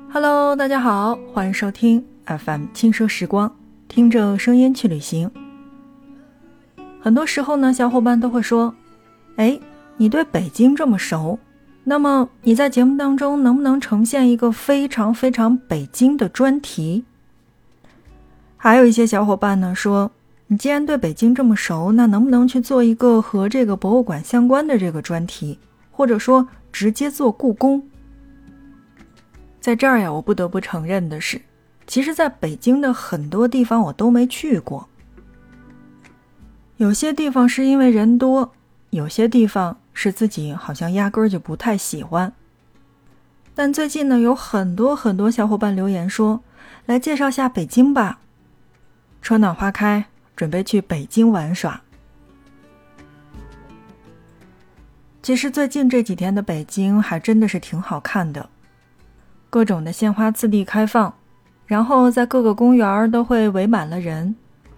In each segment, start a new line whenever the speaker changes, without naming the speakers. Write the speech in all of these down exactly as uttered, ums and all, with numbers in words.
Hello， 大家好，欢迎收听 F M 轻奢时光，听着声音去旅行。很多时候呢，小伙伴都会说，哎，你对北京这么熟，那么你在节目当中能不能呈现一个非常非常北京的专题？还有一些小伙伴呢说，你既然对北京这么熟，那能不能去做一个和这个博物馆相关的这个专题，或者说直接做故宫？在这儿呀，我不得不承认的是，其实在北京的很多地方我都没去过。有些地方是因为人多，有些地方是自己好像压根儿就不太喜欢。但最近呢，有很多很多小伙伴留言说，来介绍下北京吧。春暖花开，准备去北京玩耍。其实最近这几天的北京还真的是挺好看的。各种的鲜花次第开放，然后在各个公园都会围满了人。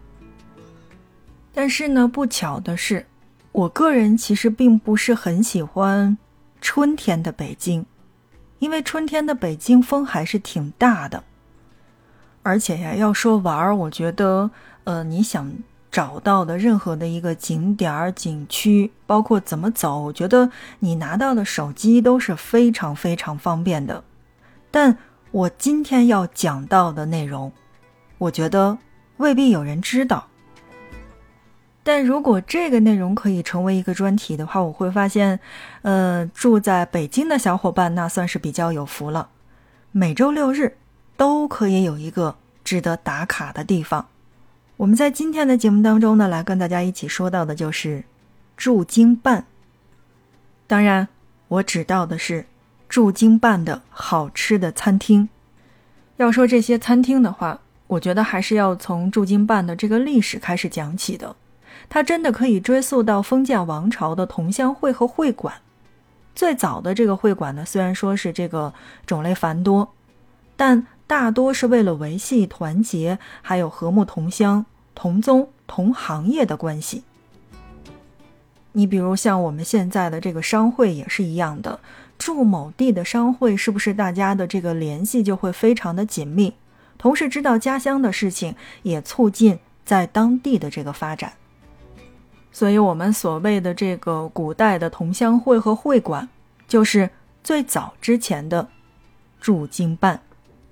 但是呢，不巧的是，我个人其实并不是很喜欢春天的北京，因为春天的北京风还是挺大的。而且呀，要说玩，我觉得呃，你想找到的任何的一个景点景区，包括怎么走，我觉得你拿到的手机都是非常非常方便的。但我今天要讲到的内容，我觉得未必有人知道。但如果这个内容可以成为一个专题的话，我会发现，呃，住在北京的小伙伴那算是比较有福了。每周六日都可以有一个值得打卡的地方。我们在今天的节目当中呢，来跟大家一起说到的就是驻京办。当然，我指到的是驻京办的好吃的餐厅。要说这些餐厅的话，我觉得还是要从驻京办的这个历史开始讲起的。它真的可以追溯到封建王朝的同乡会和会馆。最早的这个会馆呢，虽然说是这个种类繁多，但大多是为了维系团结，还有和睦同乡、同宗、同行业的关系。你比如像我们现在的这个商会也是一样的，驻某地的商会是不是大家的这个联系就会非常的紧密，同时知道家乡的事情，也促进在当地的这个发展。所以我们所谓的这个古代的同乡会和会馆，就是最早之前的驻京办。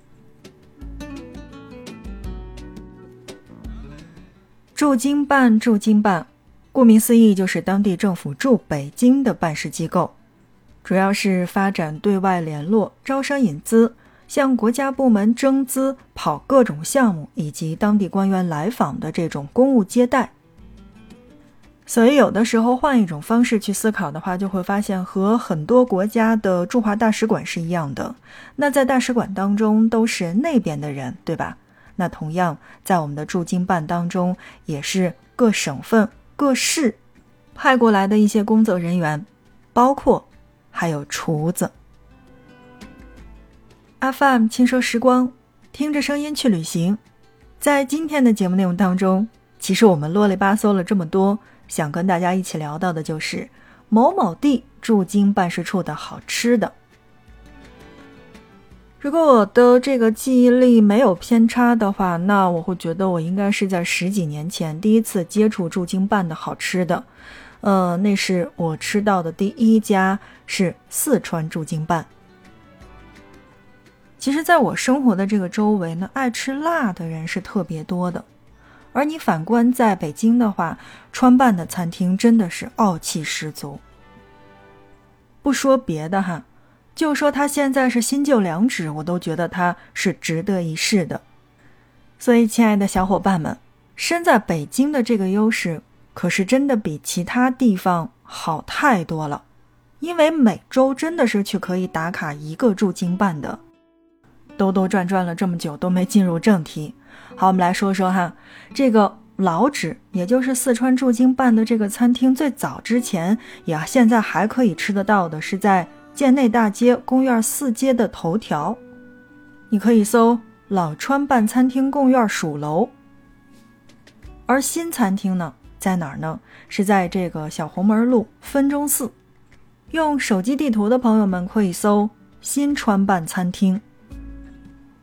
驻京办驻京办顾名思义，就是当地政府驻北京的办事机构，主要是发展对外联络、招商引资，向国家部门征资、跑各种项目，以及当地官员来访的这种公务接待。所以有的时候换一种方式去思考的话，就会发现和很多国家的驻华大使馆是一样的。那在大使馆当中都是那边的人，对吧？那同样在我们的驻京办当中，也是各省份各市派过来的一些工作人员，包括还有厨子。 F M 轻奢时光，听着声音去旅行。在今天的节目内容当中，其实我们啰里吧嗦了这么多，想跟大家一起聊到的就是某某地驻京办事处的好吃的。如果我的这个记忆力没有偏差的话，那我会觉得我应该是在十几年前第一次接触驻京办的好吃的。呃，那是我吃到的第一家是四川驻京办。其实在我生活的这个周围呢，爱吃辣的人是特别多的。而你反观在北京的话，川办的餐厅真的是傲气十足。不说别的哈，就说它现在是新旧两址，我都觉得它是值得一试的。所以亲爱的小伙伴们，身在北京的这个优势可是真的比其他地方好太多了，因为每周真的是去可以打卡一个驻京办的。兜兜转转了这么久都没进入正题，好，我们来说说哈，这个老址，也就是四川驻京办的这个餐厅，最早之前也现在还可以吃得到的，是在建内大街公园四街的头条，你可以搜老川办餐厅贡院蜀楼。而新餐厅呢在哪儿呢？是在这个小红门路分钟寺，用手机地图的朋友们可以搜新川办餐厅。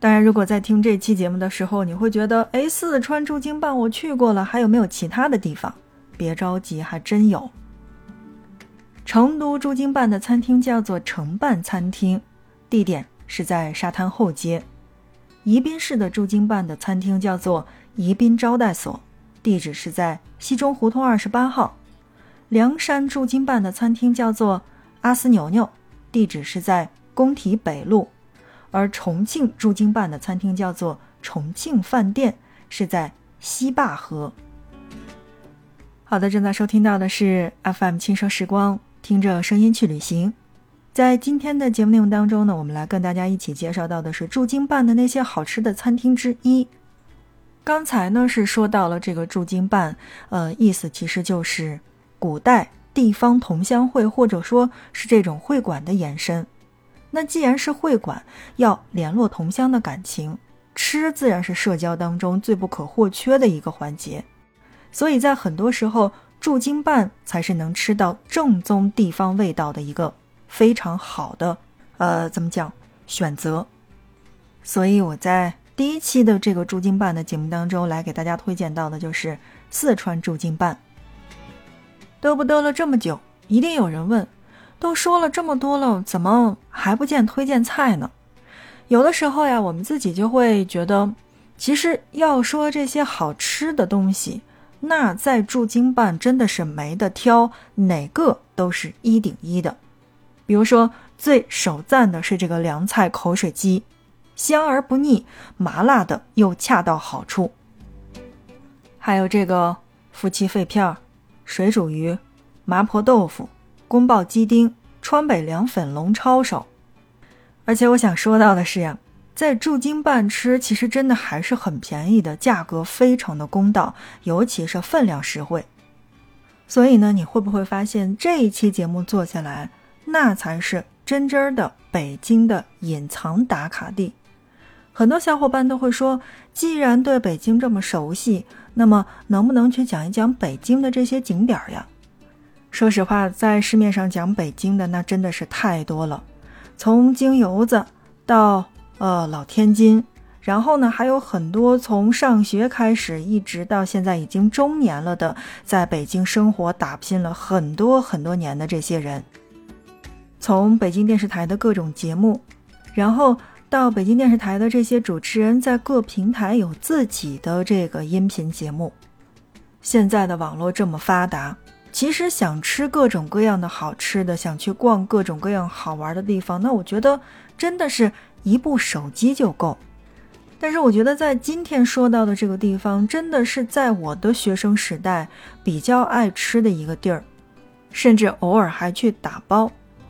当然如果在听这期节目的时候你会觉得，诶，四川驻京办我去过了，还有没有其他的地方？别着急，还真有。成都驻京办的餐厅叫做承办餐厅，地点是在沙滩后街。宜宾市的驻京办的餐厅叫做宜宾招待所，地址是在西中胡同二十八号。凉山驻京办的餐厅叫做阿斯牛牛，地址是在工体北路。而重庆驻京办的餐厅叫做重庆饭店，是在西坝河。好的，正在收听到的是 F M 轻声时光，听着声音去旅行。在今天的节目内容当中呢，我们来跟大家一起介绍到的是驻京办的那些好吃的餐厅之一。刚才呢是说到了这个驻京办，呃，意思其实就是古代地方同乡会，或者说是这种会馆的延伸。那既然是会馆，要联络同乡的感情，吃自然是社交当中最不可或缺的一个环节。所以在很多时候，驻京办才是能吃到正宗地方味道的一个非常好的呃，怎么讲选择。所以我在第一期的这个驻京办的节目当中来给大家推荐到的就是四川驻京办。嘚不嘚了这么久，一定有人问，都说了这么多了，怎么还不见推荐菜呢？有的时候呀，我们自己就会觉得，其实要说这些好吃的东西，那在驻京办真的是没得挑，哪个都是一顶一的。比如说最首赞的是这个凉菜口水鸡，香而不腻，麻辣的又恰到好处。还有这个夫妻肺片、水煮鱼、麻婆豆腐、宫爆鸡丁、川北凉粉、龙抄手。而且我想说到的是呀，在驻京办吃其实真的还是很便宜的，价格非常的公道，尤其是分量实惠。所以呢，你会不会发现这一期节目做下来，那才是真真的北京的隐藏打卡地。很多小伙伴都会说，既然对北京这么熟悉，那么能不能去讲一讲北京的这些景点呀？说实话，在市面上讲北京的那真的是太多了，从京油子到呃老天津，然后呢还有很多从上学开始一直到现在已经中年了的，在北京生活打拼了很多很多年的这些人。从北京电视台的各种节目，然后到北京电视台的这些主持人在各平台有自己的这个音频节目。现在的网络这么发达，其实想吃各种各样的好吃的，想去逛各种各样好玩的地方，那我觉得真的是一部手机就够。但是我觉得在今天说到的这个地方，真的是在我的学生时代比较爱吃的一个地儿，甚至偶尔还去打包。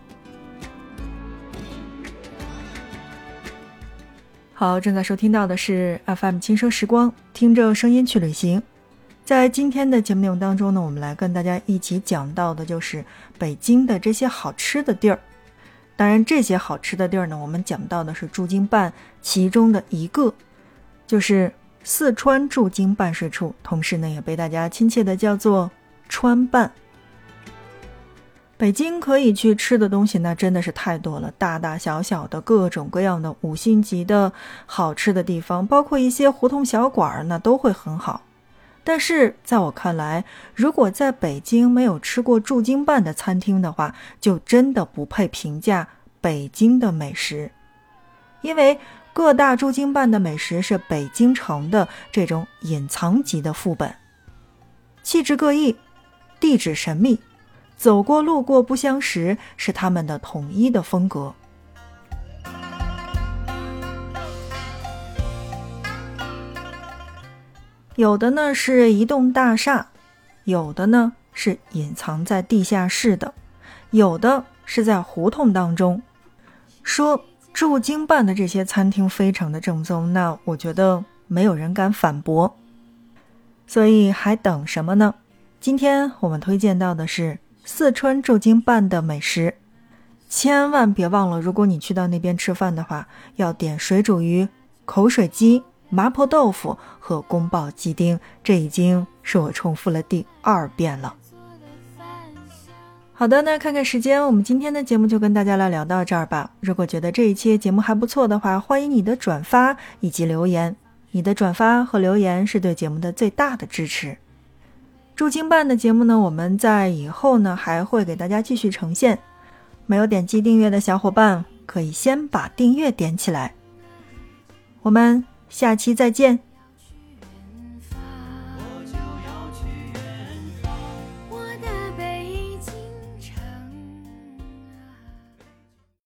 好，正在收听到的是 F M 轻声时光，听着声音去旅行。在今天的节目内容当中呢，我们来跟大家一起讲到的就是北京的这些好吃的地儿。当然这些好吃的地儿呢，我们讲到的是驻京办其中的一个，就是四川驻京办事处，同时呢也被大家亲切的叫做川办。北京可以去吃的东西那真的是太多了，大大小小的各种各样的五星级的好吃的地方，包括一些胡同小馆那都会很好。但是在我看来，如果在北京没有吃过驻京办的餐厅的话，就真的不配评价北京的美食。因为各大驻京办的美食是北京城的这种隐藏级的副本，气质各异，地址神秘，走过路过不相识，是他们的统一的风格。有的呢是一栋大厦，有的呢是隐藏在地下室的，有的是在胡同当中。说驻京办的这些餐厅非常的正宗，那我觉得没有人敢反驳。所以还等什么呢？今天我们推荐到的是四川驻京办的美食，千万别忘了，如果你去到那边吃饭的话，要点水煮鱼、口水鸡、麻婆豆腐和宫爆鸡丁，这已经是我重复了第二遍了。 好的，那看看时间，我们今天的节目就跟大家来聊到这儿吧。如果觉得这一期节目还不错的话，欢迎你的转发以及留言，你的转发和留言是对节目的最大的支持。驻京办的节目呢，我们在以后呢还会给大家继续呈现，没有点击订阅的小伙伴可以先把订阅点起来。我们下期再见。